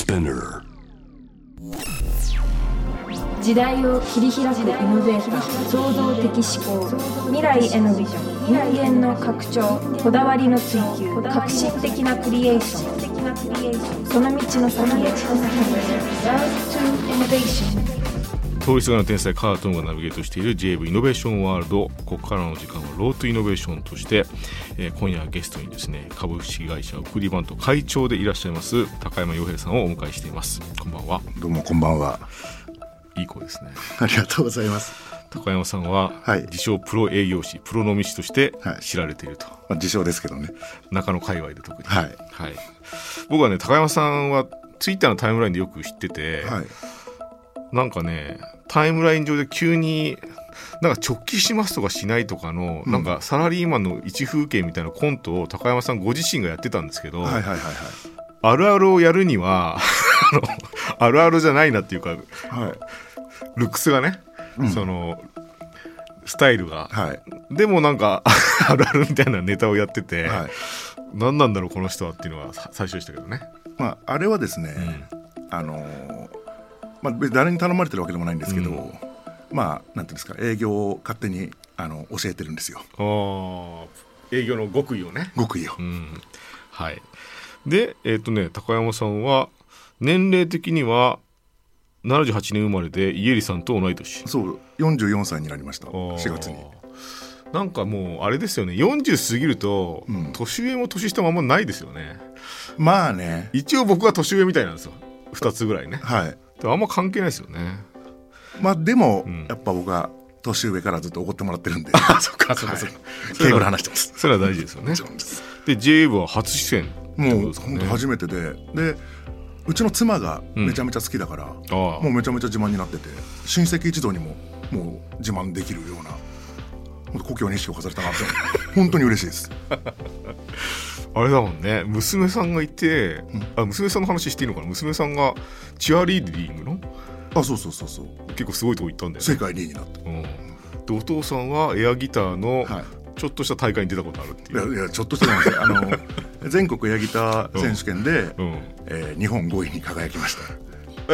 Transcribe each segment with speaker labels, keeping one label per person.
Speaker 1: Spinner。
Speaker 2: 時代を切り開くイノベーター、創造的思考、未来へのビジョン、人間の拡張、こだわりの追求、革新的なクリエーション、その道の先へ Love to Innovation。
Speaker 3: 通りすがりの天才カートンがナビゲートしている JAVE イノベーションワールド。ここからの時間はロートイノベーションとして、今夜はゲストにですね、株式会社送りバント会長でいらっしゃいます高山洋平さんをお迎えしています。こんばんは。
Speaker 4: どうもこんばんは。
Speaker 3: いい子ですね。
Speaker 4: ありがとうございます。
Speaker 3: 高山さんは、自称プロ営業士、プロの道として知られていると、
Speaker 4: 自称ですけどね、
Speaker 3: 中野界隈で特に、僕はね、高山さんはツイッターのタイムラインでよく知ってて、なんかね、タイムライン上で急になんか直帰しますとかしないとかの、なんかサラリーマンの一風景みたいなコントを高山さんご自身がやってたんですけど、あるあるをやるにはあるあるじゃないなっていうか、ルックスがね、そのスタイルが、でもなんかあるあるみたいなネタをやってて、何なんだろうこの人はっていうのが最初でしたけどね。
Speaker 4: あれはですね、誰に頼まれてるわけでもないんですけど、なんていうんですか、営業を勝手に教えてるんですよ。
Speaker 3: 営業の極意をね。
Speaker 4: 極意を、
Speaker 3: で、高山さんは年齢的には78年生まれで家入さんと同い年。
Speaker 4: そう、44歳になりました。4月に。
Speaker 3: なんかもうあれですよね、40過ぎると、年上も年下もあんまないですよね。
Speaker 4: まあね、
Speaker 3: 一応僕は年上みたいなんですよ、2つぐらいね。あんま関係ないですよね。
Speaker 4: でも、やっぱ僕は年上からずっと怒ってもらってるんで
Speaker 3: そっか
Speaker 4: 敬語で話してます。
Speaker 3: それは大事ですよね。で JAVE は初出演ってことですかね。
Speaker 4: もう本当初めてで、うちの妻がめちゃめちゃ好きだから、もうめちゃめちゃ自慢になってて、親戚一同にももう自慢できるような、本当故郷に意識を飾れたなって本当に嬉しいです
Speaker 3: あれだもんね、娘さんがいて、娘さんの話していいのかな。娘さんがチアリーディングの、
Speaker 4: そう
Speaker 3: 結構すごいとこ行ったんだよね。
Speaker 4: 世界2位になった、
Speaker 3: でお父さんはエアギターのちょっとした大会に出たことあるっていう。
Speaker 4: いやちょっとしたなんですよ全国エアギター選手権で、日本5位に輝きました。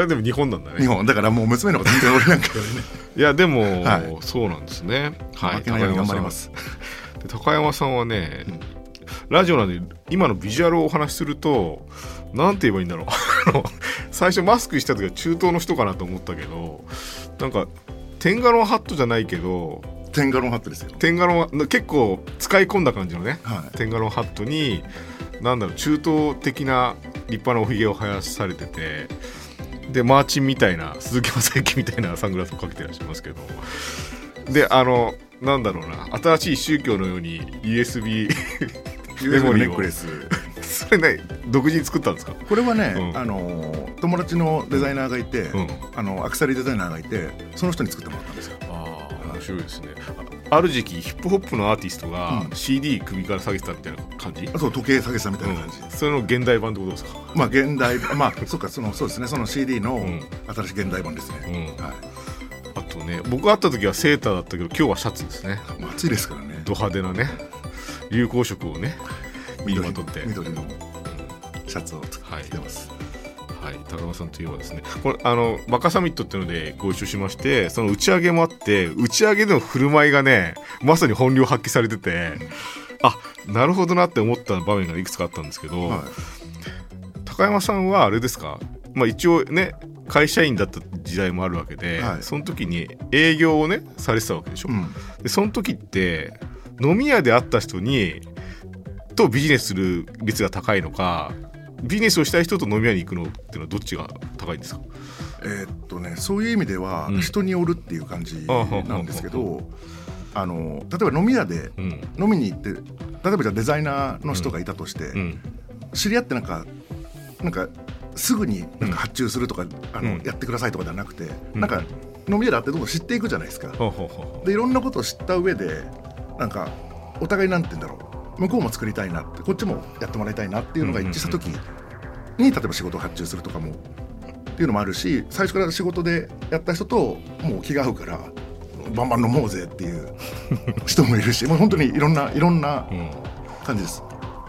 Speaker 3: でも日本なんだね。
Speaker 4: 日本だからもう娘のこと全然俺なんかよりね
Speaker 3: いやでも、そうなんですね。
Speaker 4: 負けないように頑張ります。
Speaker 3: で高山さんはね、ラジオなんで今のビジュアルをお話しすると、なんて言えばいいんだろう最初マスクした時は中東の人かなと思ったけど、なんかテンガロンハットじゃないけど、
Speaker 4: テンガロンハットですよ。
Speaker 3: テンガロン結構使い込んだ感じのね、テンガロンハットになんだろう、中東的な立派なおひげを生やされてて、でマーチンみたいな、鈴木雅之みたいなサングラスをかけてらっしゃいますけど、でなんだろうな、新しい宗教のように USB メモリーを
Speaker 4: ネックレス
Speaker 3: それね、独自に作ったんですか。
Speaker 4: これはね、友達のデザイナーがいて、アクセサリーデザイナーがいて、その人に作ってもらったんですよ。
Speaker 3: 面白いですね。ある時期ヒップホップのアーティストが CD 首から下げてたみたいな感じ。
Speaker 4: そう、時計下げてたみたいな感じ。
Speaker 3: それの現代版ってことですか。
Speaker 4: 現代そうか、そうですね、その CD の新しい現代版ですね。
Speaker 3: あとね、僕会った時はセーターだったけど、今日はシャツですね。
Speaker 4: 暑いですからね。
Speaker 3: ド派手なね、流行色をね身にまとって
Speaker 4: 緑のシャツを着てます。
Speaker 3: 高山さんといえばですね、これバカサミットっていうのでご一緒しまして、その打ち上げもあって、打ち上げでの振る舞いがね、まさに本領発揮されてて、なるほどなって思った場面がいくつかあったんですけど、高山さんはあれですか、一応ね会社員だった時代もあるわけで、その時に営業をねされてたわけでしょ。でその時って飲み屋で会った人とビジネスする率が高いのか、ビジネスをしたい人と飲み屋に行くのっていうのはどっちが高いんですか。
Speaker 4: そういう意味では人によるっていう感じなんですけど、例えば飲み屋で飲みに行って、例えばじゃあデザイナーの人がいたとして、知り合ってなんかすぐに発注するとか、やってくださいとかではなくて、なんか飲み屋で会ってどんどん知っていくじゃないですか。でいろんなことを知った上で、なんかお互いなんて言うんだろう、向こうも作りたいなって、こっちもやってもらいたいなっていうのが一致した時に、例えば仕事を発注するとかもっていうのもあるし、最初から仕事でやった人ともう気が合うからバンバン飲もうぜっていう人もいるし、もう本当にいろんな感じです。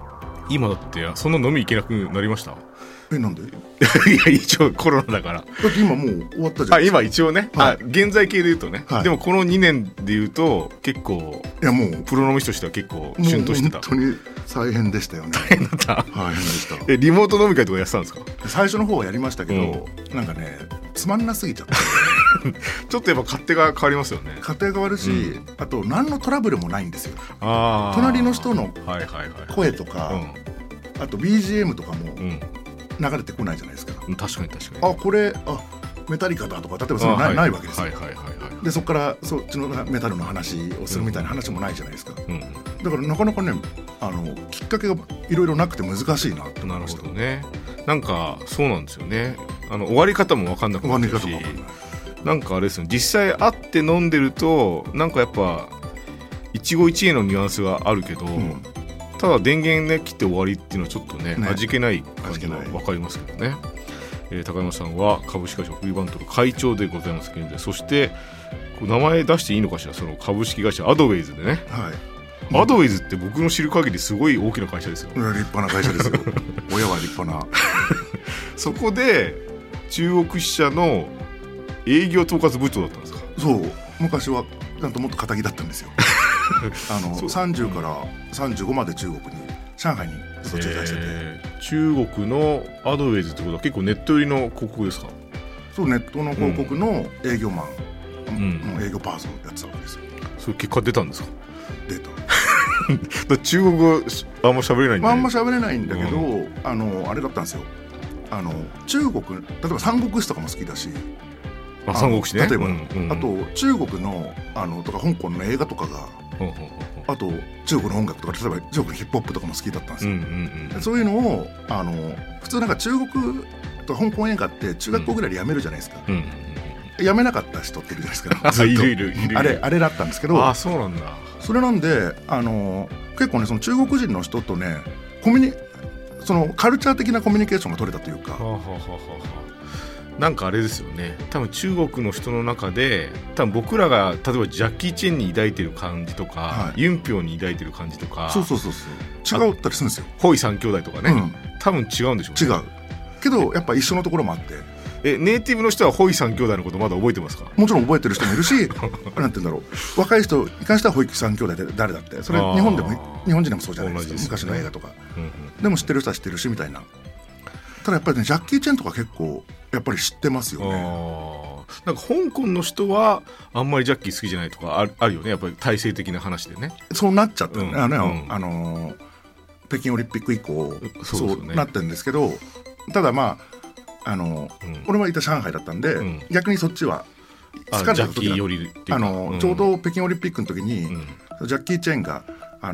Speaker 3: 今だってそんな飲み行けなくなりました？
Speaker 4: なんで？い
Speaker 3: や一応コロナだから。だ
Speaker 4: って今もう終わったじゃないですか。
Speaker 3: 今一応ね、はい、現在形で言うとね、はい、でもこの2年で言うと結構、いやもうプロ飲み師としては結構シュンとしてた。
Speaker 4: 本当に大変でしたよね。
Speaker 3: 大変だった。
Speaker 4: 大変でした。
Speaker 3: リモート飲み会とかやってたんですか？
Speaker 4: 最初の方はやりましたけど、なんかねつまんなすぎちゃって
Speaker 3: ちょっとやっぱ勝手が変わりますよね。
Speaker 4: 勝手が変わるし、あと何のトラブルもないんですよ。隣の人の声とか、あと BGM とかも流れてこないじゃないですか。
Speaker 3: 確かに確かに。
Speaker 4: これメタリカだとか例えばそれないわけですよ。でそこからそっちのメタルの話をするみたいな話もないじゃないですか。だからなかなかねきっかけがいろいろなくて難しいなと思いました。
Speaker 3: なるほどね。なんかそうなんですよね。終わり方も分かんなくなってるし、なんかあれですよね、実際会って飲んでるとなんかやっぱ一期一会のニュアンスがあるけど、ただ電源ね切って終わりっていうのはちょっとね味気ない感じが分かりますけどね。高山さんは株式会社フリーバントの会長でございます現在。そして名前出していいのかしら、その株式会社アドウェイズでね、アドウェイズって僕の知る限りすごい大きな会社ですよ。
Speaker 4: 立派な会社ですよ親は立派な
Speaker 3: そこで中国支社の営業統括部長だったんですか？
Speaker 4: そう、昔はちゃんともっと堅気だったんですよ30から35まで中国に上海にずっと駐在してて、
Speaker 3: 中国のアドウェイズってことは結構ネット売りの広告ですか？
Speaker 4: そう、ネットの広告の営業マン、営業パーソンやってたわけですよ。
Speaker 3: それ結果出たんですか？
Speaker 4: 出た
Speaker 3: だ中国語あんま喋れないんで、
Speaker 4: あんま喋れないんだけど、あれだったんですよ。中国、例えば三国志とかも好きだし、
Speaker 3: 三国志ね、
Speaker 4: 例えば、あと中国のとか香港の映画とかが、あと中国の音楽とか、例えば中国のヒップホップとかも好きだったんですよ。そういうのを普通なんか中国とか香港映画って中学校ぐらいでやめるじゃないですか。やめなかった人っているじゃないですか。
Speaker 3: いる
Speaker 4: あれだったんですけど、
Speaker 3: そうなんだ。
Speaker 4: それなんで結構ね、その中国人の人とねそのカルチャー的なコミュニケーションが取れたというか、
Speaker 3: なんかあれですよね、多分中国の人の中で多分僕らが例えばジャッキー・チェンに抱いてる感じとか、ユンピョンに抱いてる感じとか、
Speaker 4: そう違ったりするんですよ。
Speaker 3: ホイ三兄弟とかね、多分違うんでしょうね。
Speaker 4: 違うけどやっぱ一緒のところもあって、
Speaker 3: ネイティブの人はホイ三兄弟のことまだ覚えてますか？
Speaker 4: もちろん覚えてる人もいるしなんて言うんだろう、若い人に関してはホイ三兄弟って誰だって、それ日本人でもそうじゃないですか。昔の映画とか、でも知ってる人は知ってるしみたいな。ただやっぱりね、ジャッキー・チェンとか結構やっぱり知ってますよね。
Speaker 3: なんか香港の人はあんまりジャッキー好きじゃないとかあるよね、やっぱり体制的な話でね。
Speaker 4: そうなっちゃったね、北京オリンピック以降そうなってるんですけど、ただまあ俺はいた上海だったんで、逆にそっちは
Speaker 3: ジャッキー寄りっていうか、
Speaker 4: ちょうど北京オリンピックの時に、ジャッキー・チェンが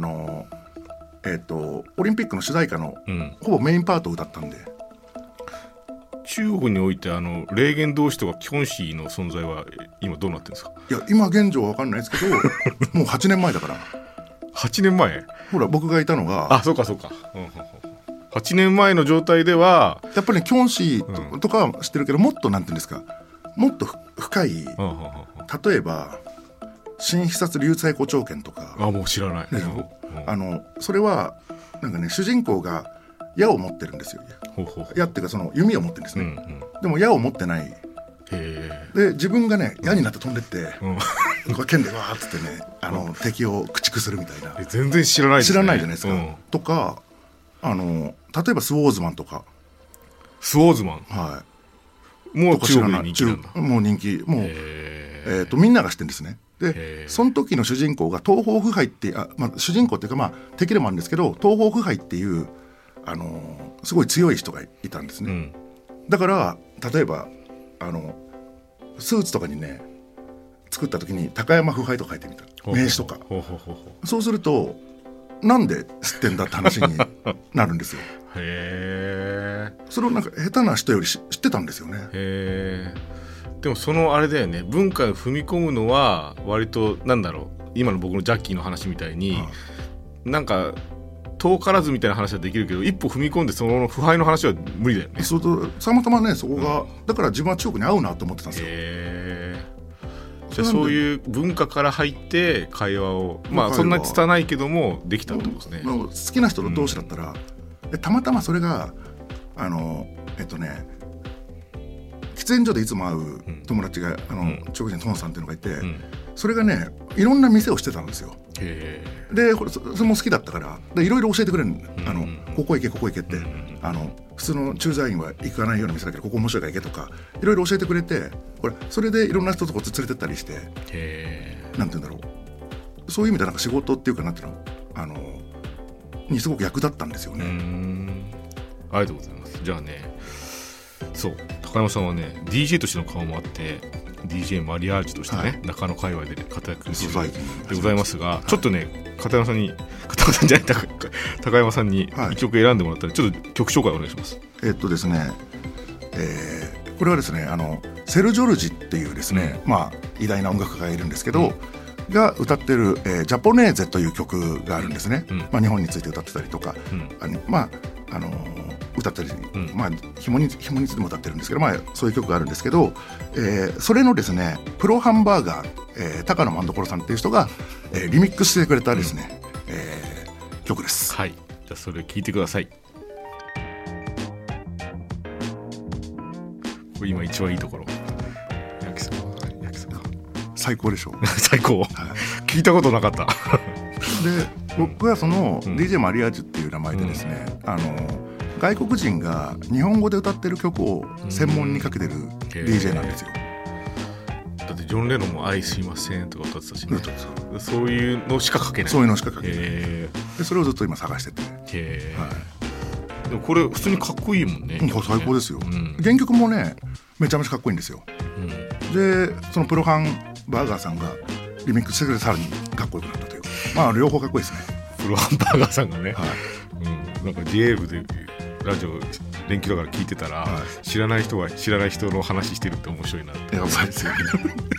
Speaker 4: オリンピックの主題歌の、ほぼメインパートを歌ったんで。
Speaker 3: 中国においてレーゲン同士とかキョンシーの存在は今どうなってるんですか？
Speaker 4: いや今現状は分かんないですけどもう8年前だから。
Speaker 3: 8年前？
Speaker 4: ほら僕がいたのが
Speaker 3: そうか、8年前の状態では
Speaker 4: やっぱり、ね、キョンシーとかは知ってるけど、もっとなんていうんですか、もっと深い、例えば新必殺流星湖長剣とか。
Speaker 3: もう知らない。
Speaker 4: それはなんかね、主人公が矢を持ってるんですよ。矢っていうかその弓を持ってるんですね。でも矢を持ってない。で自分がね矢になって飛んでって、剣でわーっつってね敵を駆逐するみたいな。
Speaker 3: 全然知らないですね。
Speaker 4: 知らないじゃないですか。とか例えばスウォーズマンとか。
Speaker 3: スウォーズマン、もう中国に人気なんだ。
Speaker 4: もう人気、もうみんなが知ってるんですね。でその時の主人公が東方腐敗って主人公っていうか敵でもあるんですけど、東方腐敗っていうすごい強い人がいたんですね。だから例えばスーツとかにね作った時に高山腐敗とか書いてみた名刺とか。そうするとなんで知ってんだって話になるんですよ。それをなんか下手な人より知ってたんですよね。
Speaker 3: でもそのあれだよね、文化を踏み込むのは割となんだろう、今の僕のジャッキーの話みたいに、なんか遠からずみたいな話はできるけど、一歩踏み込んでその腐敗の話は無理だよね。たまたまねそこが、だから自分は中国に合うなと思ってたんですよ。じゃあそういう文化から入って会話をそんなに拙いけどもできたってことですね。
Speaker 4: 好きな人同士だったら、 でたまたまそれが喫煙所でいつも会う友達が中国人トンさんっていうのがいて、それがねいろんな店をしてたんですよ。でこれそれも好きだったからいろいろ教えてくれるここ行けここ行けって、普通の駐在員は行かないような店だけどここ面白いから行けとかいろいろ教えてくれて、それでいろんな人とこ連れてったりして、なんて言うんだろう、そういう意味でなんか仕事っていうかなんていうのにすごく役立ったんですよね。
Speaker 3: ありがとうございます。じゃあね、そう高山さんはね DJ としての顔もあって DJ マリアージュとしてね、中野界隈で活躍中でございますが、ちょっとね高山さんに高山さんに一曲選んでもらったらちょっと曲紹介お願いします。
Speaker 4: ですね、これはですねセル・ジョルジっていうですね、偉大な音楽家がいるんですけど、が歌ってる、ジャポネーゼという曲があるんですね。日本について歌ってたりとか、歌ったり、ひもについても歌ってるんですけど、そういう曲があるんですけど、それのですねプロハンバーガー、高野万所さんっていう人が、リミックスしてくれたですね、曲です。
Speaker 3: はい、じゃあそれ聞いてください。これ今一番いいところ、焼きそば
Speaker 4: 最高でしょ
Speaker 3: 最高、聞いたことなかったで
Speaker 4: 僕はその DJ マリアージュっていう名前でですね、外国人が日本語で歌ってる曲を専門にかけてる DJ なんですよ。
Speaker 3: だってジョン・レノンも愛すいませんとか歌ってたしね、そういうのしかかけない。
Speaker 4: そういうのしかかけない。でそれをずっと今探してて、
Speaker 3: でもこれ普通にかっこいいもんね。
Speaker 4: 最高ですよ、原曲もねめちゃめちゃかっこいいんですよ、でそのプロハンバーガーさんがリミックスしてくれてさらにかっこよくなったという、両方かっこいいですね。
Speaker 3: プロハンバーガーさんがね、なんか JA 部でラジオ連休だから聞いてたら、知らない人が知らない人の話してるって面白いなって。
Speaker 4: やばいですよね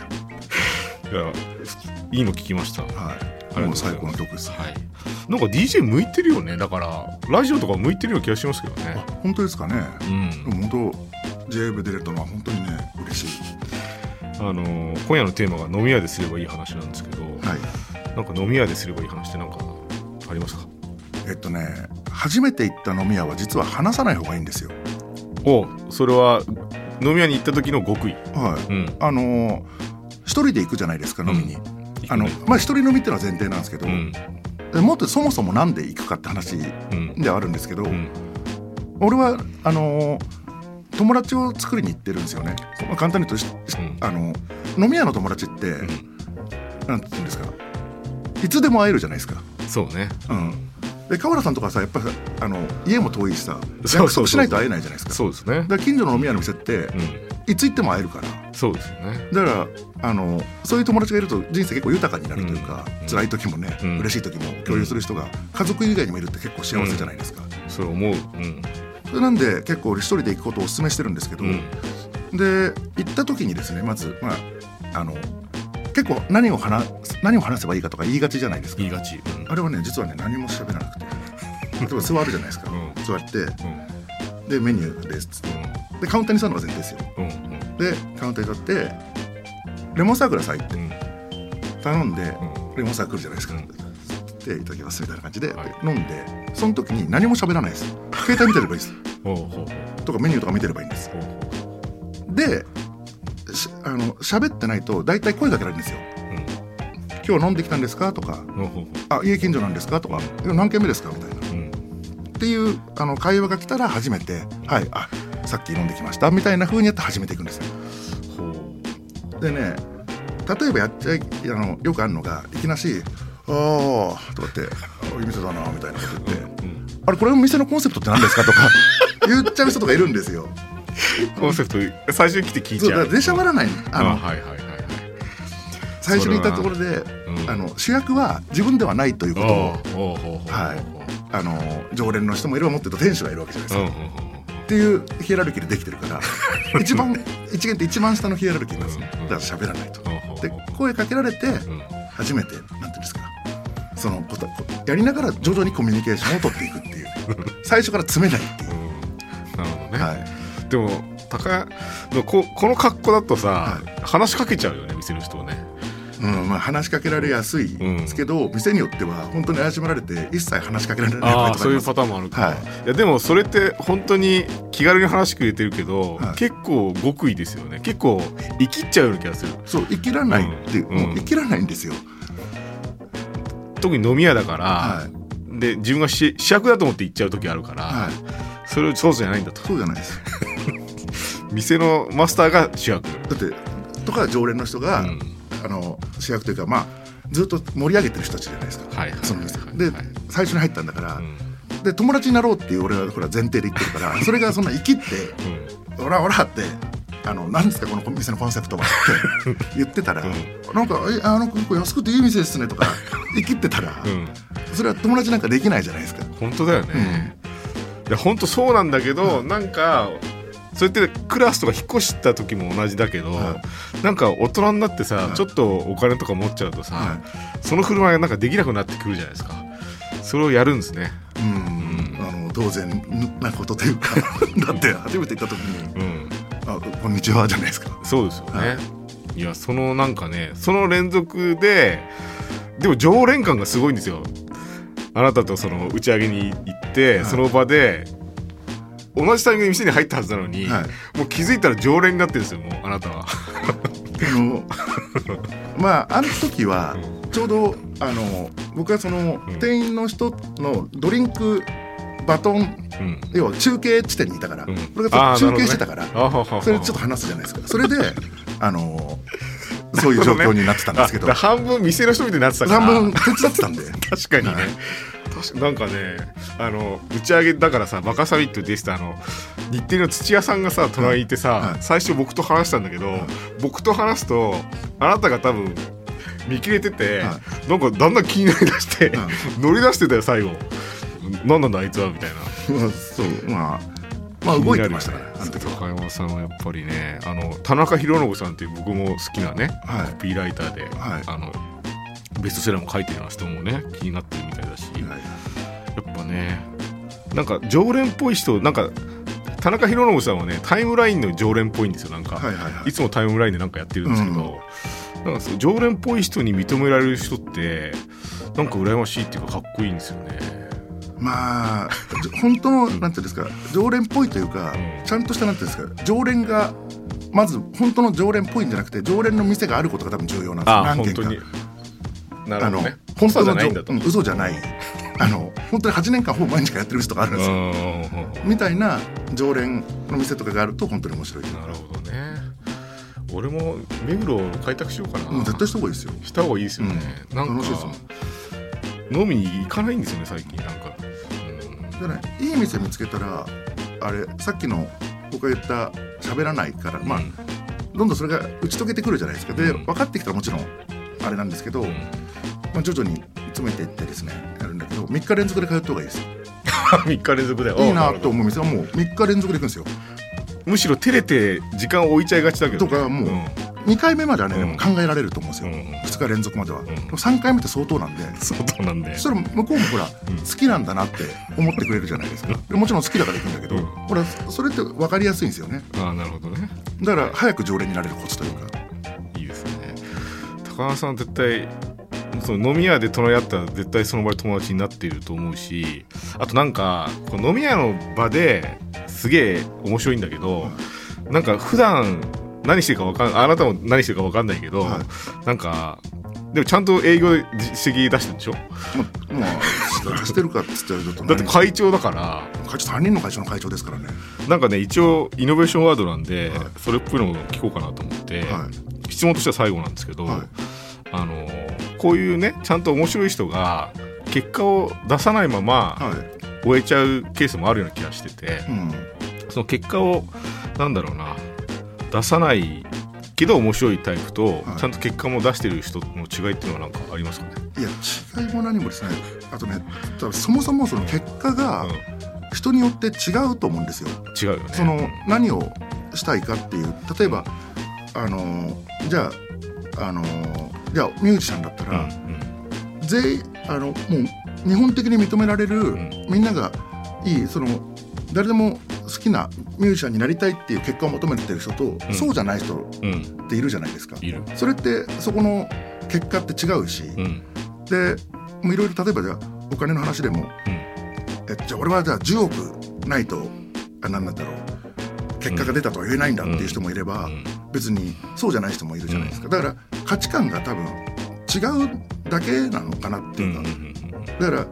Speaker 3: いいの聞きました。
Speaker 4: もう最高の曲です。
Speaker 3: なんか DJ 向いてるよね。だからラジオとか向いてるような気がしますけどね。
Speaker 4: 本当ですかね。でも本当 JA 部出れたのは本当にね嬉しい。
Speaker 3: 今夜のテーマが飲み屋ですればいい話なんですけど、なんか飲み屋ですればいい話ってなんかありますか？
Speaker 4: 初めて行った飲み屋は実は話さない方がいいんですよ。
Speaker 3: それは飲み屋に行った時の極意。
Speaker 4: 一人で行くじゃないですか飲みに。一人飲みっていうのは前提なんですけど、もっとそもそもなんで行くかって話ではあるんですけど、俺は友達を作りに行ってるんですよね。簡単に言うと飲み屋の友達ってなんて言うんですか、いつでも会えるじゃないですか。
Speaker 3: そうね。
Speaker 4: で川原さんとかさやっぱり家も遠いしさ約束しないと会えないじゃないですか。
Speaker 3: そうですね。
Speaker 4: だから近所の飲み屋の店って、いつ行っても会えるから。
Speaker 3: そうですよね。
Speaker 4: だからそういう友達がいると人生結構豊かになるというか、辛い時もね、嬉しい時も共有する人が家族以外にもいるって結構幸せじゃないですか。
Speaker 3: それ思う。
Speaker 4: それなんで結構俺一人で行くことをお勧めしてるんですけど、で行った時にですねまず結構何を話せばいいかとか言いがちじゃないですか。
Speaker 3: 言いがち。
Speaker 4: あれはね実はね何も喋らなくて例えば座るじゃないですか。座って、でメニューですっつって、でカウンターに座るのが前提ですよ。でカウンターに立ってレモンサークルさいって頼んで、レモンサークルじゃないですか。でいただきますみたいな感じで、飲んでその時に何も喋らないです。携帯見てればいいですとかメニューとか見てればいいんです。で喋ってないと大体声かけられるんですよ。今日飲んできたんですかとか、家近所なんですかとか、何軒目ですかみたいな、っていう会話が来たら初めてさっき飲んできましたみたいな風にやって始めていくんですよ。でね例えばよくあるのがいきなしとかっていい店だなみたいなこと言って、これの店のコンセプトって何ですかとか言っちゃう人とかいるんですよ。
Speaker 3: コンセプト最初に来て聞いちゃう。
Speaker 4: だから出しゃばらない。最初に言ったところで、主役は自分ではないということを、常連の人もいればもっと言うと店主がいるわけじゃないですか、っていうヒエラルキーでできてるから一元って一番下のヒエラルキーなんですね。だから喋らないと。で声かけられて初めてなんていうんですか、そのことやりながら徐々にコミュニケーションを取っていくっていう最初から詰めないっていう。
Speaker 3: なるほどね。でもこの格好だとさ、話しかけちゃうよね店の人をね。
Speaker 4: まあ、話しかけられやすいですけど、店によっては本当に怪しまれて一切話しかけられない場合とかあります。
Speaker 3: そういうパターンもあるか、いやでもそれって本当に気軽に話してくれてるけど、結構極意ですよね。結構生きっちゃうような気がする。
Speaker 4: そう、生きらないっていう、もう生きらないんですよ。
Speaker 3: 特に飲み屋だから、で自分が主役だと思って行っちゃう時あるから、それそうじゃないんだと。
Speaker 4: そうじゃないです
Speaker 3: 店のマスターが主役
Speaker 4: だってとか常連の人が、主役というか、まあ、ずっと盛り上げてる人たちじゃないですか、その店で、最初に入ったんだから、で友達になろうっていう俺は前提で言ってるからそれがそんな生きってオラオラって何ですかこの店のコンセプトはって言ってたら、なんかここ安くていい店ですねとか生きってたら、それは友達なんかできないじゃないですか。
Speaker 3: 本当だよね、いや本当そうなんだけど、なんかそれってクラスとか引っ越した時も同じだけど、なんか大人になってさ、ちょっとお金とか持っちゃうとさ、その振る舞いがなんかできなくなってくるじゃないですか。それをやるんですね。
Speaker 4: 当然なことというかだって初めて行った時に、こんにちはじゃないですか。
Speaker 3: そうですよね、いやそのなんかね、その連続でも常連感がすごいんですよ。あなたとその打ち上げに行って、その場で同じタイミングで店に入ったはずなのに、もう気づいたら常連になってるんですよ、もうあなたは
Speaker 4: まああの時はちょうど僕はその店員の人のドリンクバトン、要は中継地点にいたから、これが中継してたから、それでちょっと話すじゃないですか。それでそういう状況になってたんですけど
Speaker 3: 半分店の人みたいになってたから、
Speaker 4: 半分手伝ってたんで
Speaker 3: 確かにね、なんかね、打ち上げだからさ、バカサミットでした日テレの土屋さんがさ隣にいてさ、最初僕と話したんだけど、僕と話すとあなたが多分見切れてて、なんかだんだん気になりだして、乗り出してたよ最後。何なんだあいつはみたいな。
Speaker 4: そう、まあ動いてましたから、
Speaker 3: 高山さんはやっぱりね、田中宏信さんっていう僕も好きなね、コピーライターで、ベストセラーも書いてるような人もね気になってるみたいだし、やっぱね、なんか常連っぽい人、なんか田中宏信さんはねタイムラインの常連っぽいんですよ。なんか、いつもタイムラインでなんかやってるんですけど、なんかそう常連っぽい人に認められる人ってなんか羨ましいっていうかかっこいいんですよね。
Speaker 4: まあ本当のなんていうんですか、常連っぽいというか、ちゃんとしたなんていうんですか、常連がまず本当の常連っぽいんじゃなくて、常連の店があることが多分重要なんですよ。何軒か。本当になるほどね。本当じゃないんだと。嘘じゃない。本当に8年間ほぼ毎日やってる人があるんですよ。みたいな常連の店とかがあると本当に面白い。
Speaker 3: なるほどね。俺も目黒を開拓しようかな。
Speaker 4: 絶対した方がいいですよ。
Speaker 3: した方がいいですよね。なんか楽しいですもん。飲みに行かないんですよね最近。なんか。
Speaker 4: いい店見つけたら、あれさっきの僕が言った喋らないから、まあどんどんそれが打ち解けてくるじゃないですか。で分かってきたらもちろんあれなんですけど、まあ、徐々に詰めていってですねやるんだけど、3日連続で通った方がいいですよ。
Speaker 3: 3日連続で
Speaker 4: いいなと思う店はもう3日連続で行くんですよ。
Speaker 3: むしろ照れて時間を置いちゃいがちだけど、
Speaker 4: とかもう2回目まではね、でも考えられると思うんですよ、2日連続までは。3回目って相当なんで、そしたら向こうもほら、好きなんだなって思ってくれるじゃないですか。もちろん好きだから行くんだけど、ほらそれって分かりやすいんですよね。
Speaker 3: なるほどね。
Speaker 4: だから早く常連になれるコツというか。
Speaker 3: いいですね。高橋さん絶対その飲み屋で隣り合ったら絶対その場で友達になっていると思うし、あとなんかこの飲み屋の場ですげえ面白いんだけど、なんか普段何してるか分かんない、あなたも何してるか分かんないけど、なんかでもちゃんと営業で実績出してるんでしょ。
Speaker 4: まあしてるかっつったらちょっと
Speaker 3: だって会長だから、
Speaker 4: 会長3人の会長の会長ですからね。
Speaker 3: なんかね一応イノベーションワードなんで、それっぽいのも聞こうかなと思って、質問としては最後なんですけど、こういうねちゃんと面白い人が結果を出さないまま終えちゃうケースもあるような気がしてて、その結果をなんだろうな、出さないけど面白いタイプと、ちゃんと結果も出してる人の違いっていうのは何かありますかね。
Speaker 4: いや違いも何もですね、あとねそもそもその結果が人によって違うと思うんですよ。
Speaker 3: 違うよね。
Speaker 4: その何をしたいかっていう、例えばじゃあミュージシャンだったら、全員もう日本的に認められる、みんながいいその誰でも好きなミュージシャンになりたいっていう結果を求めてる人と、そうじゃない人っているじゃないですか。それってそこの結果って違うし、でいろいろ例えばじゃあお金の話でも、じゃあ俺はじゃあ10億ないと何なんだろう結果が出たとは言えないんだっていう人もいれば、別にそうじゃない人もいるじゃないですか。だから価値観が多分違うだけなのかなっていうか、だから例え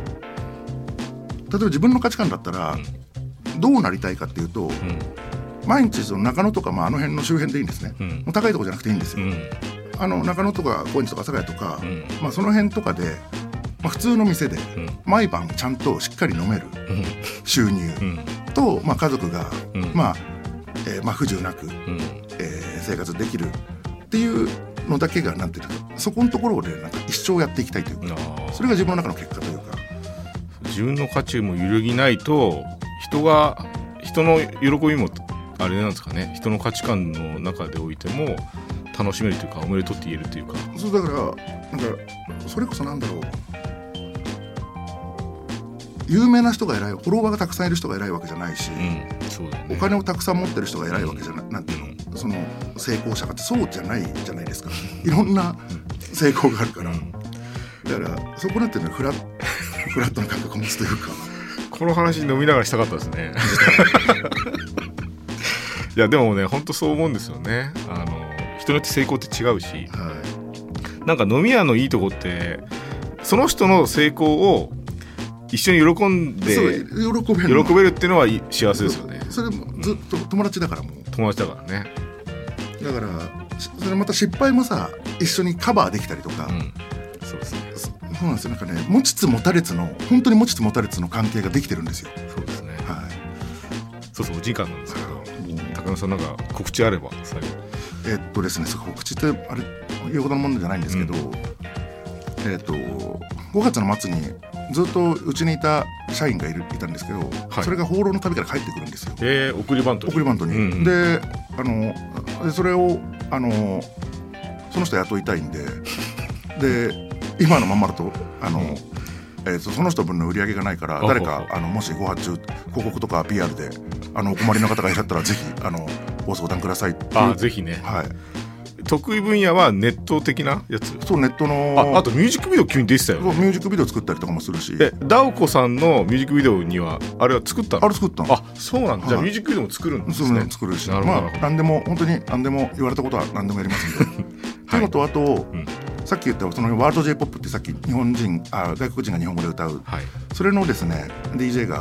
Speaker 4: ば自分の価値観だったらどうなりたいかっていうと、毎日その中野とか、あの辺の周辺でいいんですね、もう高いところじゃなくていいんですよ、中野とか高円寺とか阿佐ヶ谷とか、その辺とかで、普通の店で毎晩ちゃんとしっかり飲める収入と、家族が、不自由なく、生活できるっていうのだけがなんていうか、そこのところでなんか一生やっていきたいというか、それが自分の中の結果というか、
Speaker 3: 自分の価値も揺るぎないと人の喜びもあれなんですかね、人の価値観の中でおいても楽しめるというか、おめでとうって言えるというか。
Speaker 4: そうだからなんかそれこそなんだろう、有名な人が偉い、フォロワーがたくさんいる人が偉いわけじゃないし、
Speaker 3: そうだよね、
Speaker 4: お金をたくさん持ってる人が偉いわけじゃない、なんていうの、その成功者がってそうじゃないじゃないですか。いろんな成功があるから、だからそこなんていうのはフラットな感覚を持つというか。
Speaker 3: この話飲みながらしたかったですねいやでもね、本当そう思うんですよね。人によって成功って違うし、なんか飲み屋のいいとこってその人の成功を一緒に喜んで喜べるっていうのは幸せですよね。
Speaker 4: それもずっと友達だから、もう
Speaker 3: 友達だからね。
Speaker 4: だからそれまた失敗もさ一緒にカバーできたりとか、
Speaker 3: そうですね。
Speaker 4: そうなんですよ。なんかね、持ちつ持たれつの本当に持ちつ持たれつの関係ができてるんですよ。
Speaker 3: そうですね。そうお時間なんですけど、高野さんなんか告知あれば最後。
Speaker 4: ですね、告知ってあれ言うほどのものじゃないんですけど、5月の末にずっとうちにいた社員がいたんですけど、それが放浪の旅から帰ってくるんですよ。
Speaker 3: 送りバントに、
Speaker 4: でそれをその人雇いたいんで今のまんまだとその人分の売り上げがないから、誰かもしご発注広告とか PR でお困りの方がいらっしゃったらぜひご相談くださいっていう。
Speaker 3: ぜひね。得意分野はネット的なやつ。
Speaker 4: そう、ネットの
Speaker 3: あとミュージックビデオ急に出てたよね。
Speaker 4: ミュージックビデオ作ったりとかもするし。
Speaker 3: ダオコさんのミュージックビデオにはあれは作ったの？
Speaker 4: 作ったの。
Speaker 3: そうなんだ。じゃあミュージックビデオも作るんですね。
Speaker 4: 作るし、何でも本当に何でも言われたことは何でもやりますんでというのと、あとさっき言ったそのワールド J-POP ってさっき外国人が日本語で歌う、それのですね DJ が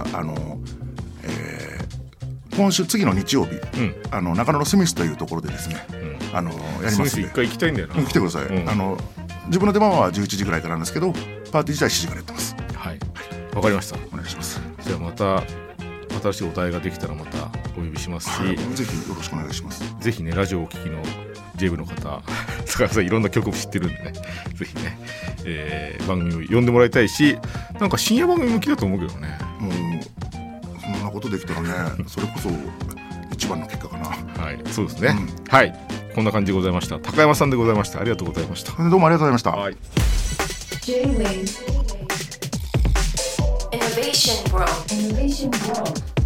Speaker 4: 今週次の日曜日、中野のスミスというところでですね、やりますんで。
Speaker 3: スミス一回行きたいんだよな。
Speaker 4: 来てください。自分の出番は11時ぐらいからなんですけど、パーティー自体7時からやってます。
Speaker 3: わかりました。
Speaker 4: お願いします。
Speaker 3: じゃあまた新しいお題ができたらまたお呼びしますし、
Speaker 4: ぜひよろしくお願いします。
Speaker 3: ぜひね、ラジオをお聞きの J 部の方、坂井さんいろんな曲も知ってるんでね、ぜひね、番組を呼んでもらいたいし、なんか深夜番組向きだと思うけどね。
Speaker 4: そんなことできたらね、それこそ一番の結果かな。
Speaker 3: そうですね。こんな感じでございました。高山さんでございました。ありがとうございました。
Speaker 4: どうもありがとうございました。
Speaker 2: J-Wave Innovation World